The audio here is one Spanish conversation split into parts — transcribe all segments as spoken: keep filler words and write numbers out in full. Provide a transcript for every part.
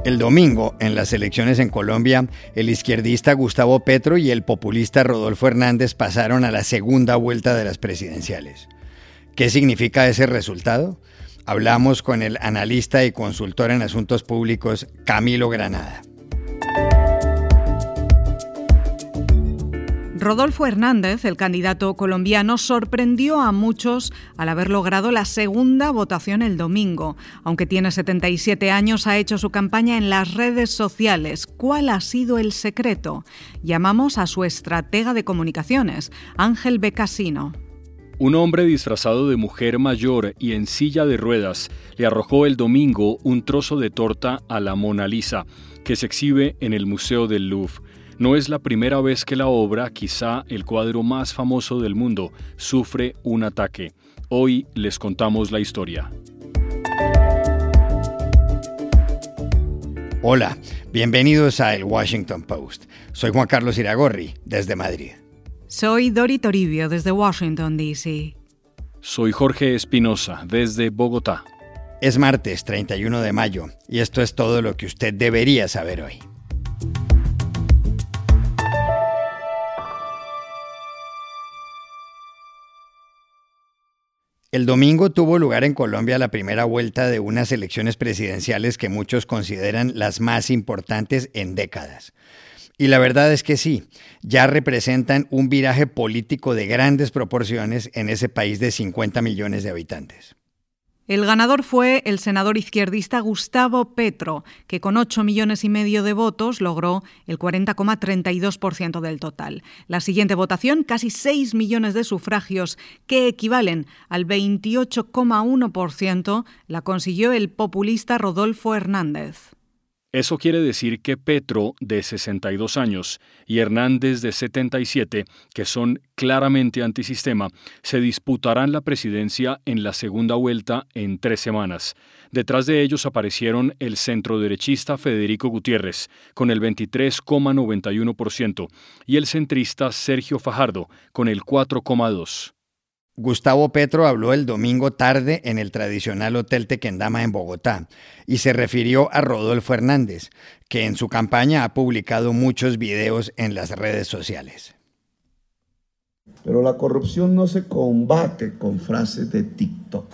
El domingo, en las elecciones en Colombia, el izquierdista Gustavo Petro y el populista Rodolfo Hernández pasaron a la segunda vuelta de las presidenciales. ¿Qué significa ese resultado? Hablamos con el analista y consultor en asuntos públicos Camilo Granada. Rodolfo Hernández, el candidato colombiano, sorprendió a muchos al haber logrado la segunda votación el domingo. Aunque tiene setenta y siete años, ha hecho su campaña en las redes sociales. ¿Cuál ha sido el secreto? Llamamos a su estratega de comunicaciones, Ángel Becasino. Un hombre disfrazado de mujer mayor y en silla de ruedas le arrojó el domingo un trozo de torta a la Mona Lisa, que se exhibe en el Museo del Louvre. No es la primera vez que la obra, quizá el cuadro más famoso del mundo, sufre un ataque. Hoy les contamos la historia. Hola, bienvenidos a El Washington Post. Soy Juan Carlos Iragorri, desde Madrid. Soy Dori Toribio, desde Washington, D C Soy Jorge Espinosa, desde Bogotá. Es martes treinta y uno de mayo y esto es todo lo que usted debería saber hoy. El domingo tuvo lugar en Colombia la primera vuelta de unas elecciones presidenciales que muchos consideran las más importantes en décadas. Y la verdad es que sí, ya representan un viraje político de grandes proporciones en ese país de cincuenta millones de habitantes. El ganador fue el senador izquierdista Gustavo Petro, que con ocho millones y medio de votos logró el cuarenta coma treinta y dos por ciento del total. La siguiente votación, casi seis millones de sufragios, que equivalen al veintiocho coma uno por ciento, la consiguió el populista Rodolfo Hernández. Eso quiere decir que Petro, de sesenta y dos años, y Hernández, de setenta y siete, que son claramente antisistema, se disputarán la presidencia en la segunda vuelta en tres semanas. Detrás de ellos aparecieron el centroderechista Federico Gutiérrez, con el veintitrés coma noventa y uno por ciento, y el centrista Sergio Fajardo, con el cuatro coma dos por ciento. Gustavo Petro habló el domingo tarde en el tradicional Hotel Tequendama en Bogotá y se refirió a Rodolfo Hernández, que en su campaña ha publicado muchos videos en las redes sociales. Pero la corrupción no se combate con frases de TikTok.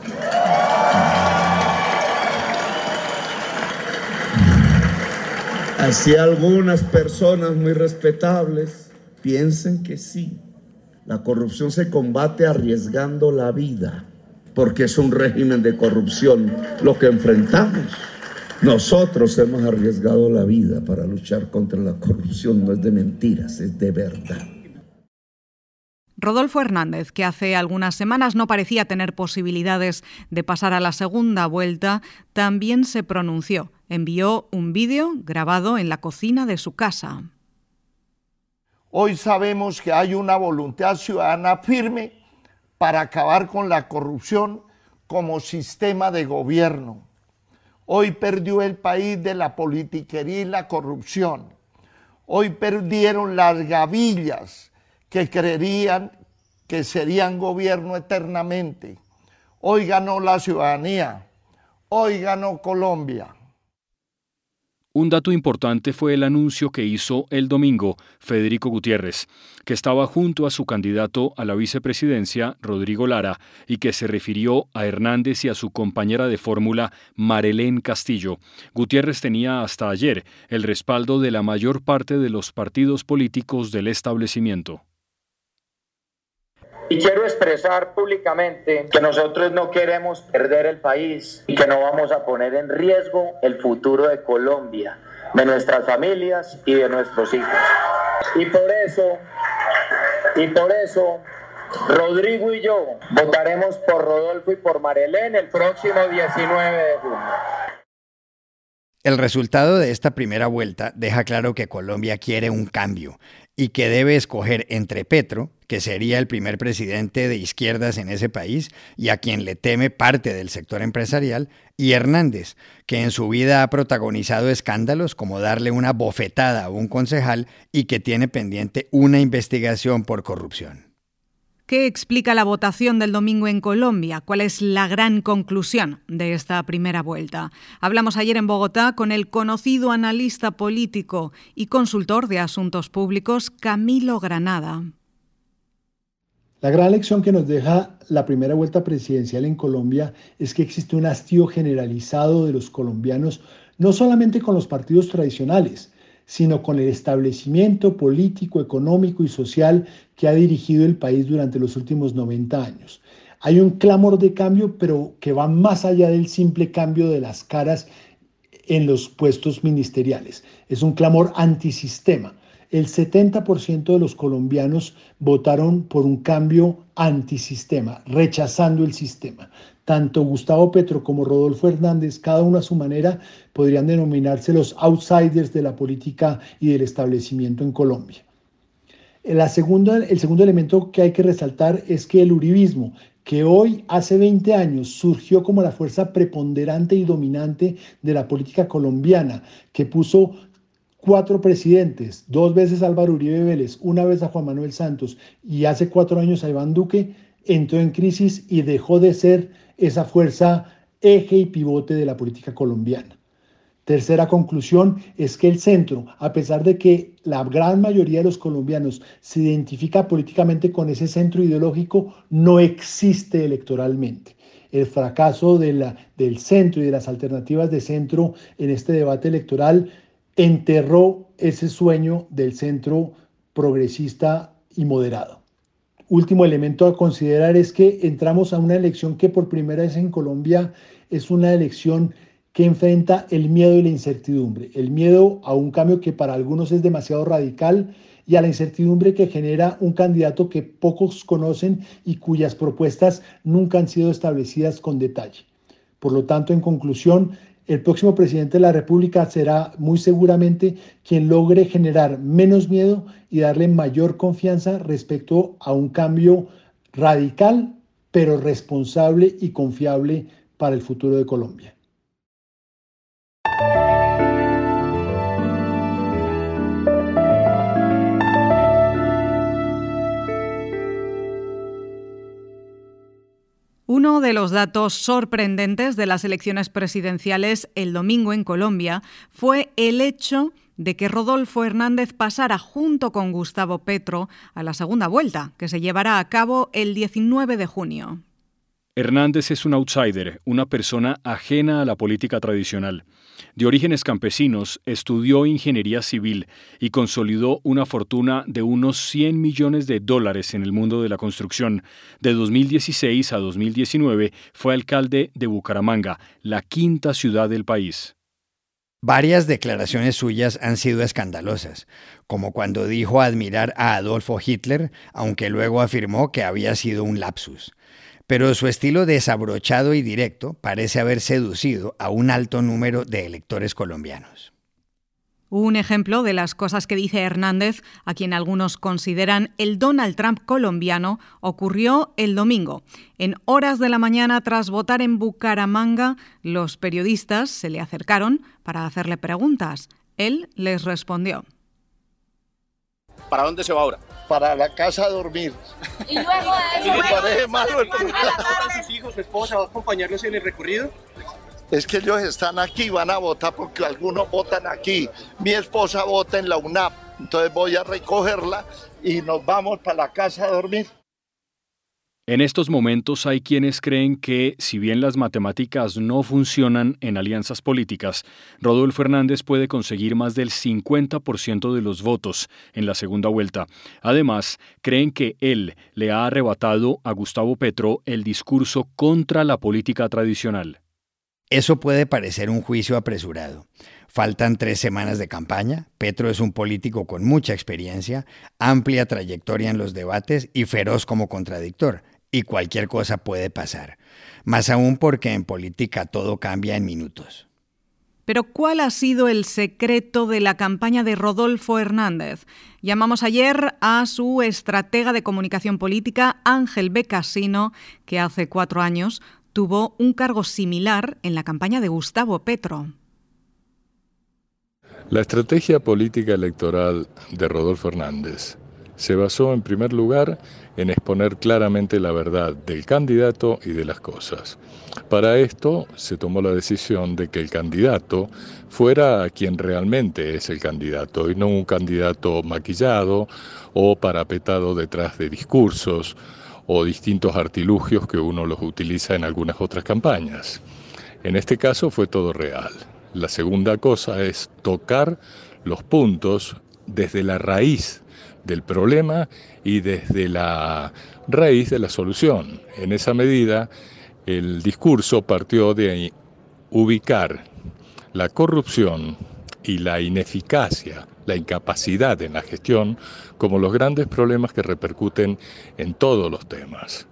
Así algunas personas muy respetables piensen que sí. La corrupción se combate arriesgando la vida, porque es un régimen de corrupción lo que enfrentamos. Nosotros hemos arriesgado la vida para luchar contra la corrupción, no es de mentiras, es de verdad. Rodolfo Hernández, que hace algunas semanas no parecía tener posibilidades de pasar a la segunda vuelta, también se pronunció. Envió un vídeo grabado en la cocina de su casa. Hoy sabemos que hay una voluntad ciudadana firme para acabar con la corrupción como sistema de gobierno. Hoy perdió el país de la politiquería y la corrupción. Hoy perdieron las gavillas que creerían que serían gobierno eternamente. Hoy ganó la ciudadanía. Hoy ganó Colombia. Un dato importante fue el anuncio que hizo el domingo Federico Gutiérrez, que estaba junto a su candidato a la vicepresidencia, Rodrigo Lara, y que se refirió a Hernández y a su compañera de fórmula, Marelén Castillo. Gutiérrez tenía hasta ayer el respaldo de la mayor parte de los partidos políticos del establecimiento. Y quiero expresar públicamente que nosotros no queremos perder el país y que no vamos a poner en riesgo el futuro de Colombia, de nuestras familias y de nuestros hijos. Y por eso, y por eso, Rodrigo y yo votaremos por Rodolfo y por Marelén el próximo diecinueve de junio. El resultado de esta primera vuelta deja claro que Colombia quiere un cambio y que debe escoger entre Petro, que sería el primer presidente de izquierdas en ese país y a quien le teme parte del sector empresarial, y Hernández, que en su vida ha protagonizado escándalos como darle una bofetada a un concejal y que tiene pendiente una investigación por corrupción. ¿Qué explica la votación del domingo en Colombia? ¿Cuál es la gran conclusión de esta primera vuelta? Hablamos ayer en Bogotá con el conocido analista político y consultor de asuntos públicos, Camilo Granada. La gran lección que nos deja la primera vuelta presidencial en Colombia es que existe un hastío generalizado de los colombianos, no solamente con los partidos tradicionales, sino con el establecimiento político, económico y social que ha dirigido el país durante los últimos noventa años. Hay un clamor de cambio, pero que va más allá del simple cambio de las caras en los puestos ministeriales. Es un clamor antisistema. El setenta por ciento de los colombianos votaron por un cambio antisistema, rechazando el sistema. Tanto Gustavo Petro como Rodolfo Hernández, cada uno a su manera, podrían denominarse los outsiders de la política y del establecimiento en Colombia. La segunda, el segundo elemento que hay que resaltar es que el uribismo, que hoy, hace veinte años, surgió como la fuerza preponderante y dominante de la política colombiana, que puso cuatro presidentes, dos veces a Álvaro Uribe Vélez, una vez a Juan Manuel Santos y hace cuatro años a Iván Duque, entró en crisis y dejó de ser esa fuerza eje y pivote de la política colombiana. Tercera conclusión es que el centro, a pesar de que la gran mayoría de los colombianos se identifica políticamente con ese centro ideológico, no existe electoralmente. El fracaso de la, del centro y de las alternativas de centro en este debate electoral enterró ese sueño del centro progresista y moderado. Último elemento a considerar es que entramos a una elección que por primera vez en Colombia es una elección que enfrenta el miedo y la incertidumbre. El miedo a un cambio que para algunos es demasiado radical y a la incertidumbre que genera un candidato que pocos conocen y cuyas propuestas nunca han sido establecidas con detalle. Por lo tanto, en conclusión, el próximo presidente de la República será muy seguramente quien logre generar menos miedo y darle mayor confianza respecto a un cambio radical, pero responsable y confiable para el futuro de Colombia. Uno de los datos sorprendentes de las elecciones presidenciales el domingo en Colombia fue el hecho de que Rodolfo Hernández pasara junto con Gustavo Petro a la segunda vuelta, que se llevará a cabo el diecinueve de junio. Hernández es un outsider, una persona ajena a la política tradicional. De orígenes campesinos, estudió ingeniería civil y consolidó una fortuna de unos cien millones de dólares en el mundo de la construcción. De dos mil dieciséis a dos mil diecinueve fue alcalde de Bucaramanga, la quinta ciudad del país. Varias declaraciones suyas han sido escandalosas, como cuando dijo admirar a Adolfo Hitler, aunque luego afirmó que había sido un lapsus. Pero su estilo desabrochado y directo parece haber seducido a un alto número de electores colombianos. Un ejemplo de las cosas que dice Hernández, a quien algunos consideran el Donald Trump colombiano, ocurrió el domingo. En horas de la mañana, tras votar en Bucaramanga, los periodistas se le acercaron para hacerle preguntas. Él les respondió. ¿Para dónde se va ahora? Para la casa a dormir. Y luego de eso, ¿me parece malo el a sus hijos, su esposa, va a acompañarlos en el recorrido? Es que ellos están aquí, van a votar porque algunos votan aquí. Mi esposa vota en la U N A P, entonces voy a recogerla y nos vamos para la casa a dormir. En estos momentos hay quienes creen que, si bien las matemáticas no funcionan en alianzas políticas, Rodolfo Hernández puede conseguir más del cincuenta por ciento de los votos en la segunda vuelta. Además, creen que él le ha arrebatado a Gustavo Petro el discurso contra la política tradicional. Eso puede parecer un juicio apresurado. Faltan tres semanas de campaña. Petro es un político con mucha experiencia, amplia trayectoria en los debates y feroz como contradictor. Y cualquier cosa puede pasar. Más aún porque en política todo cambia en minutos. Pero ¿cuál ha sido el secreto de la campaña de Rodolfo Hernández? Llamamos ayer a su estratega de comunicación política, Ángel Becasino, que hace cuatro años tuvo un cargo similar en la campaña de Gustavo Petro. La estrategia política electoral de Rodolfo Hernández se basó en primer lugar en exponer claramente la verdad del candidato y de las cosas. Para esto se tomó la decisión de que el candidato fuera quien realmente es el candidato y no un candidato maquillado o parapetado detrás de discursos o distintos artilugios que uno los utiliza en algunas otras campañas. En este caso fue todo real. La segunda cosa es tocar los puntos desde la raíz del problema y desde la raíz de la solución. En esa medida, el discurso partió de ubicar la corrupción y la ineficacia, la incapacidad en la gestión como los grandes problemas que repercuten en todos los temas.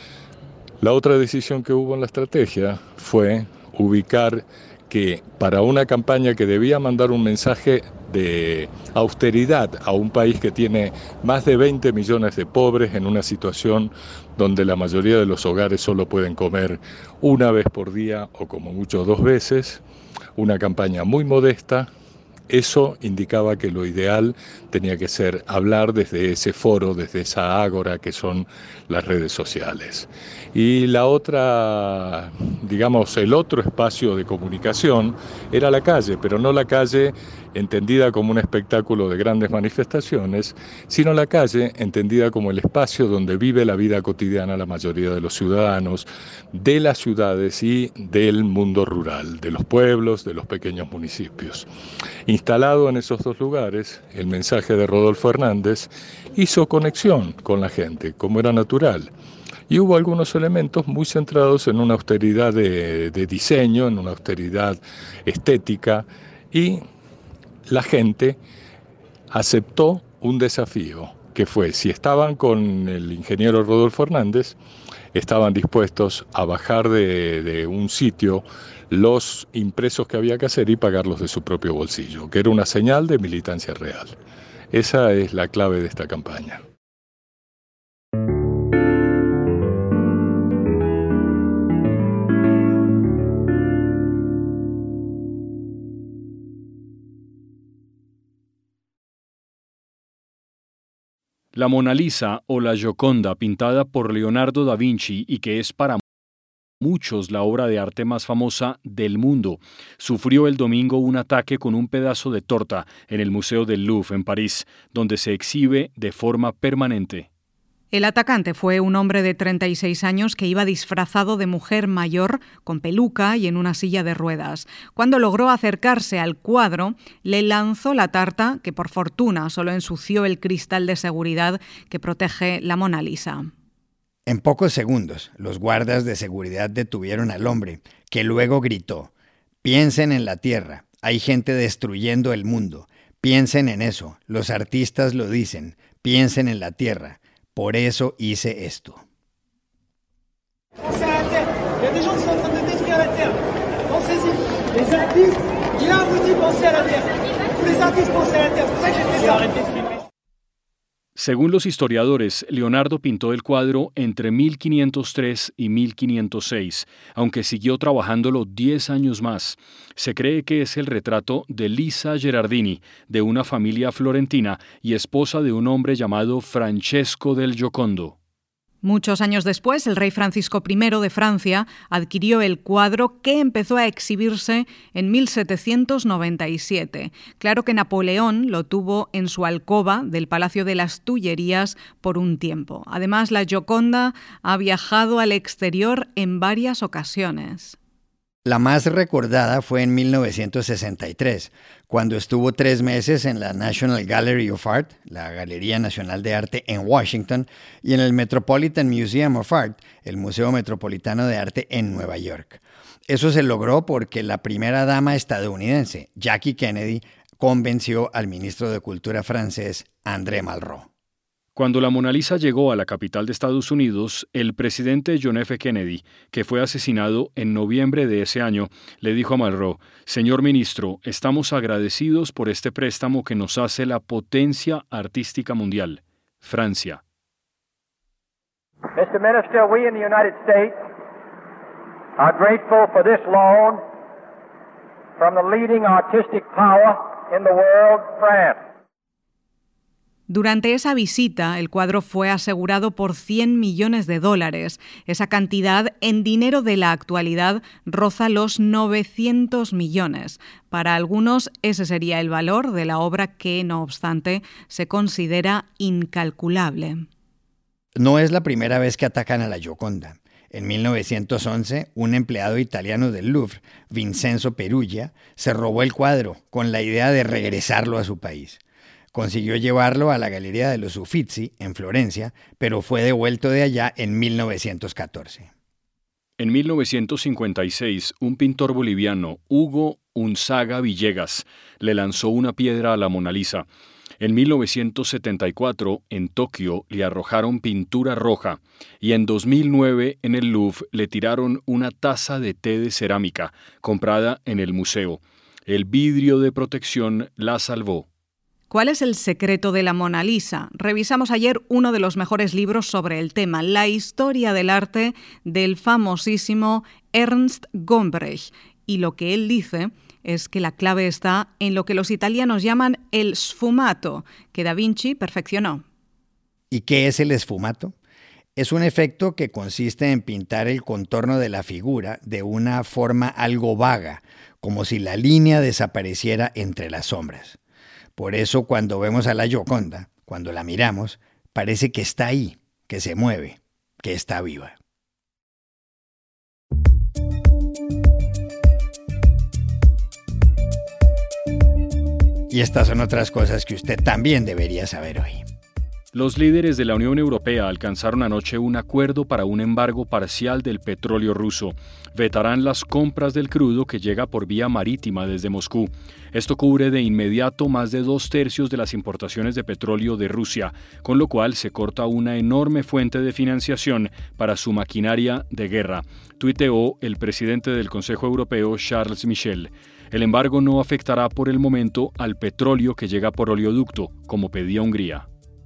La otra decisión que hubo en la estrategia fue ubicar que para una campaña que debía mandar un mensaje de austeridad a un país que tiene más de veinte millones de pobres en una situación donde la mayoría de los hogares solo pueden comer una vez por día o como mucho dos veces, una campaña muy modesta. Eso indicaba que lo ideal tenía que ser hablar desde ese foro, desde esa ágora que son las redes sociales. Y la otra, digamos, el otro espacio de comunicación era la calle, pero no la calle entendida como un espectáculo de grandes manifestaciones, sino la calle entendida como el espacio donde vive la vida cotidiana la mayoría de los ciudadanos, de las ciudades y del mundo rural, de los pueblos, de los pequeños municipios. Instalado en esos dos lugares, el mensaje de Rodolfo Hernández hizo conexión con la gente, como era natural. Y hubo algunos elementos muy centrados en una austeridad de, de diseño, en una austeridad estética, y la gente aceptó un desafío, que fue, si estaban con el ingeniero Rodolfo Hernández, estaban dispuestos a bajar de, de un sitio los impresos que había que hacer y pagarlos de su propio bolsillo, que era una señal de militancia real. Esa es la clave de esta campaña. La Mona Lisa o la Gioconda, pintada por Leonardo da Vinci y que es para muchos la obra de arte más famosa del mundo, sufrió el domingo un ataque con un pedazo de torta en el Museo del Louvre en París, donde se exhibe de forma permanente. El atacante fue un hombre de treinta y seis años que iba disfrazado de mujer mayor, con peluca y en una silla de ruedas. Cuando logró acercarse al cuadro, le lanzó la tarta, que por fortuna solo ensució el cristal de seguridad que protege la Mona Lisa. En pocos segundos, los guardas de seguridad detuvieron al hombre, que luego gritó: «Piensen en la tierra, hay gente destruyendo el mundo. Piensen en eso, los artistas lo dicen, piensen en la tierra. Por eso hice esto». Según los historiadores, Leonardo pintó el cuadro entre mil quinientos tres y mil quinientos seis, aunque siguió trabajándolo diez años más. Se cree que es el retrato de Lisa Gherardini, de una familia florentina y esposa de un hombre llamado Francesco del Giocondo. Muchos años después, el rey Francisco primero de Francia adquirió el cuadro, que empezó a exhibirse en mil setecientos noventa y siete. Claro que Napoleón lo tuvo en su alcoba del Palacio de las Tullerías por un tiempo. Además, la Gioconda ha viajado al exterior en varias ocasiones. La más recordada fue en mil novecientos sesenta y tres, cuando estuvo tres meses en la National Gallery of Art, la Galería Nacional de Arte en Washington, y en el Metropolitan Museum of Art, el Museo Metropolitano de Arte en Nueva York. Eso se logró porque la primera dama estadounidense, Jackie Kennedy, convenció al ministro de Cultura francés, André Malraux. Cuando la Mona Lisa llegó a la capital de Estados Unidos, el presidente John F. Kennedy, que fue asesinado en noviembre de ese año, le dijo a Malraux: «Señor ministro, estamos agradecidos por este préstamo que nos hace la potencia artística mundial, Francia». mister Minister, we in the United States are grateful for this loan from the leading artistic power in the world, France. Durante esa visita, el cuadro fue asegurado por cien millones de dólares. Esa cantidad, en dinero de la actualidad, roza los novecientos millones. Para algunos, ese sería el valor de la obra que, no obstante, se considera incalculable. No es la primera vez que atacan a la Gioconda. En mil novecientos once, un empleado italiano del Louvre, Vincenzo Peruglia, se robó el cuadro con la idea de regresarlo a su país. Consiguió llevarlo a la Galería de los Uffizi, en Florencia, pero fue devuelto de allá en mil novecientos catorce. En mil novecientos cincuenta y seis, un pintor boliviano, Hugo Unzaga Villegas, le lanzó una piedra a la Mona Lisa. En mil novecientos setenta y cuatro, en Tokio, le arrojaron pintura roja y en dos mil nueve, en el Louvre, le tiraron una taza de té de cerámica comprada en el museo. El vidrio de protección la salvó. ¿Cuál es el secreto de la Mona Lisa? Revisamos ayer uno de los mejores libros sobre el tema, La historia del arte del famosísimo Ernst Gombrich. Y lo que él dice es que la clave está en lo que los italianos llaman el sfumato, que Da Vinci perfeccionó. ¿Y qué es el sfumato? Es un efecto que consiste en pintar el contorno de la figura de una forma algo vaga, como si la línea desapareciera entre las sombras. Por eso cuando vemos a la Gioconda, cuando la miramos, parece que está ahí, que se mueve, que está viva. Y estas son otras cosas que usted también debería saber hoy. Los líderes de la Unión Europea alcanzaron anoche un acuerdo para un embargo parcial del petróleo ruso. Vetarán las compras del crudo que llega por vía marítima desde Moscú. Esto cubre de inmediato más de dos tercios de las importaciones de petróleo de Rusia, con lo cual se corta una enorme fuente de financiación para su maquinaria de guerra, tuiteó el presidente del Consejo Europeo, Charles Michel. El embargo no afectará por el momento al petróleo que llega por oleoducto, como pedía Hungría.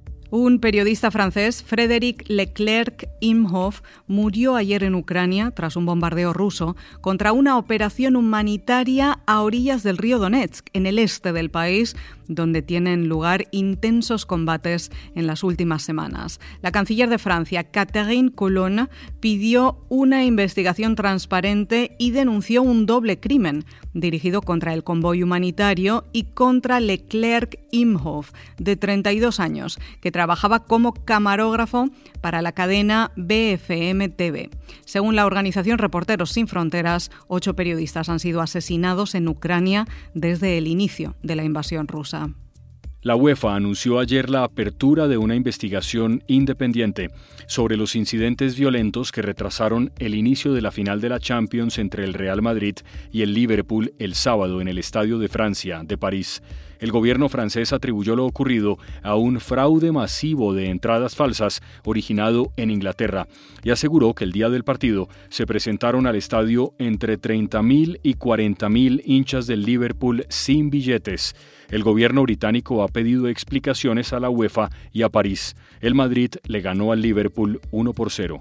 Un periodista francés, Frédéric Leclerc-Imhoff, murió ayer en Ucrania tras un bombardeo ruso contra una operación humanitaria a orillas del río Donetsk, en el este del país, donde tienen lugar intensos combates en las últimas semanas. La canciller de Francia, Catherine Colonna, pidió una investigación transparente y denunció un doble crimen dirigido contra el convoy humanitario y contra Leclerc-Imhoff, de treinta y dos años, que trabajaba como camarógrafo para la cadena B F M T V. Según la organización Reporteros Sin Fronteras, ocho periodistas han sido asesinados en Ucrania desde el inicio de la invasión rusa. La UEFA anunció ayer la apertura de una investigación independiente sobre los incidentes violentos que retrasaron el inicio de la final de la Champions entre el Real Madrid y el Liverpool el sábado en el Estadio de Francia de París. El gobierno francés atribuyó lo ocurrido a un fraude masivo de entradas falsas originado en Inglaterra y aseguró que el día del partido se presentaron al estadio entre treinta mil y cuarenta mil hinchas del Liverpool sin billetes. El gobierno británico ha pedido explicaciones a la UEFA y a París. El Madrid le ganó al Liverpool uno por cero.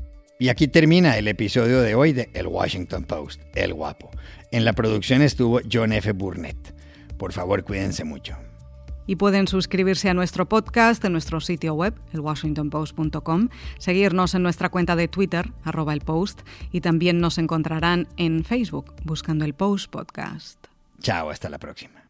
Y aquí termina el episodio de hoy de El Washington Post, El Guapo. En la producción estuvo John F. Burnett. Por favor, cuídense mucho. Y pueden suscribirse a nuestro podcast en nuestro sitio web, el washington post punto com, seguirnos en nuestra cuenta de Twitter, arroba el Post, y también nos encontrarán en Facebook, buscando el Post Podcast. Chao, hasta la próxima.